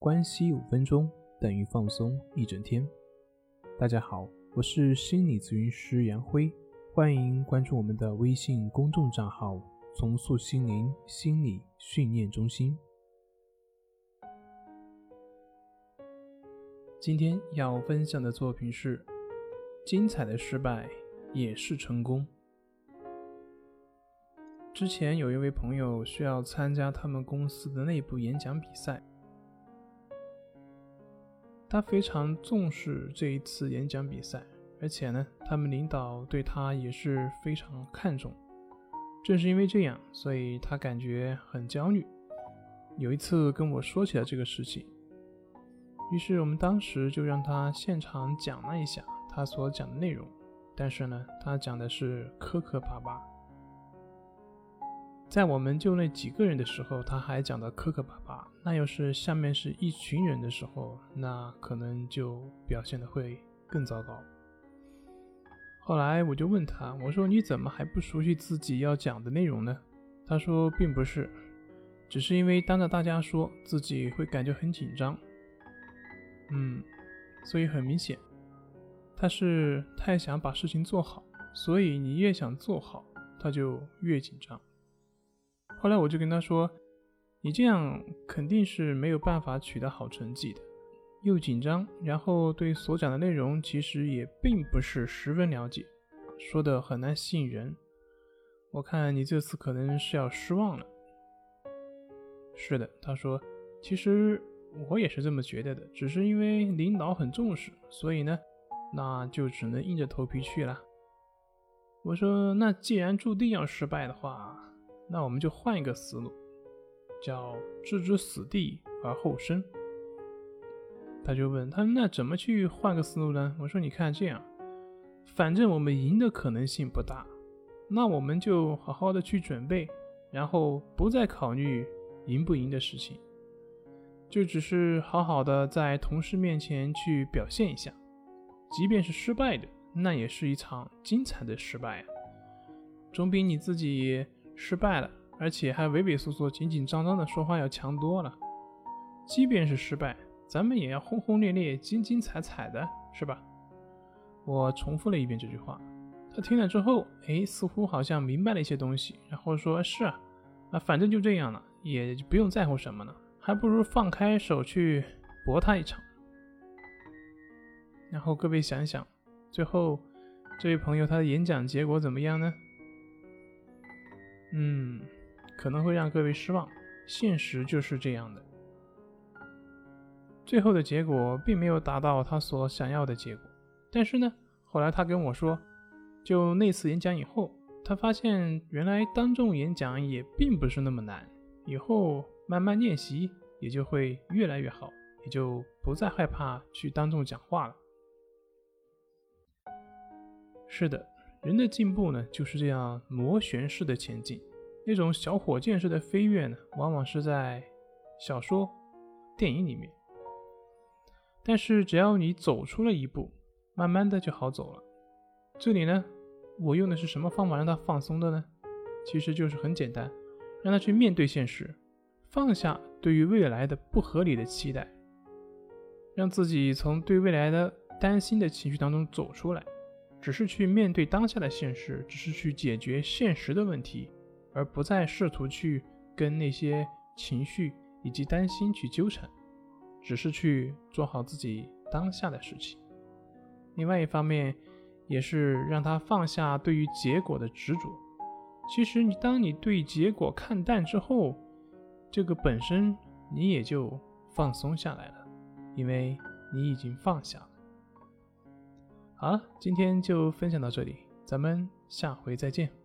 关系5分钟等于放松一整天。大家好，我是心理咨询师杨辉，欢迎关注我们的微信公众账号重塑心灵心理训练中心。今天要分享的作品是精彩的失败也是成功。之前有一位朋友需要参加他们公司的内部演讲比赛，他非常重视这一次演讲比赛，而且呢，他们领导对他也是非常看重。正是因为这样，所以他感觉很焦虑。有一次跟我说起了这个事情，于是我们当时就让他现场讲了一下他所讲的内容，但是呢，他讲的是磕磕巴巴。在我们就那几个人的时候，他还讲的磕磕巴巴，那要是下面是一群人的时候，那可能就表现的会更糟糕。后来我就问他，我说你怎么还不熟悉自己要讲的内容呢？他说并不是，只是因为当着大家说自己会感觉很紧张。所以很明显，他是太想把事情做好，所以你越想做好，他就越紧张。后来我就跟他说，你这样肯定是没有办法取得好成绩的，又紧张，然后对所讲的内容其实也并不是十分了解，说的很难吸引人，我看你这次可能是要失望了。是的，他说，其实我也是这么觉得的，只是因为领导很重视，所以呢，那就只能硬着头皮去了。我说，那既然注定要失败的话，那我们就换一个思路，叫置之死地而后生。他就问他，那怎么去换个思路呢？我说，你看这样，反正我们赢的可能性不大，那我们就好好的去准备，然后不再考虑赢不赢的事情，就只是好好的在同事面前去表现一下，即便是失败的，那也是一场精彩的失败啊，总比你自己失败了，而且还畏畏缩缩、紧紧张张的说话要强多了。即便是失败，咱们也要轰轰烈烈、精精彩彩的，是吧？我重复了一遍这句话，他听了之后，似乎好像明白了一些东西，然后说：“是啊，反正就这样了，也不用在乎什么了，还不如放开手去搏他一场。”然后各位想想，最后这位朋友他的演讲结果怎么样呢？可能会让各位失望，现实就是这样的。最后的结果并没有达到他所想要的结果，但是呢，后来他跟我说，就那次演讲以后，他发现原来当众演讲也并不是那么难，以后慢慢练习也就会越来越好，也就不再害怕去当众讲话了。是的，人的进步呢，就是这样螺旋式的前进。那种小火箭式的飞跃呢，往往是在小说、电影里面。但是只要你走出了一步，慢慢的就好走了。这里呢，我用的是什么方法让他放松的呢？其实就是很简单，让他去面对现实，放下对于未来的不合理的期待，让自己从对未来的担心的情绪当中走出来，只是去面对当下的现实，只是去解决现实的问题，而不再试图去跟那些情绪以及担心去纠缠，只是去做好自己当下的事情。另外一方面，也是让他放下对于结果的执着。其实当你对结果看淡之后，这个本身你也就放松下来了，因为你已经放下了。好了，今天就分享到这里，咱们下回再见。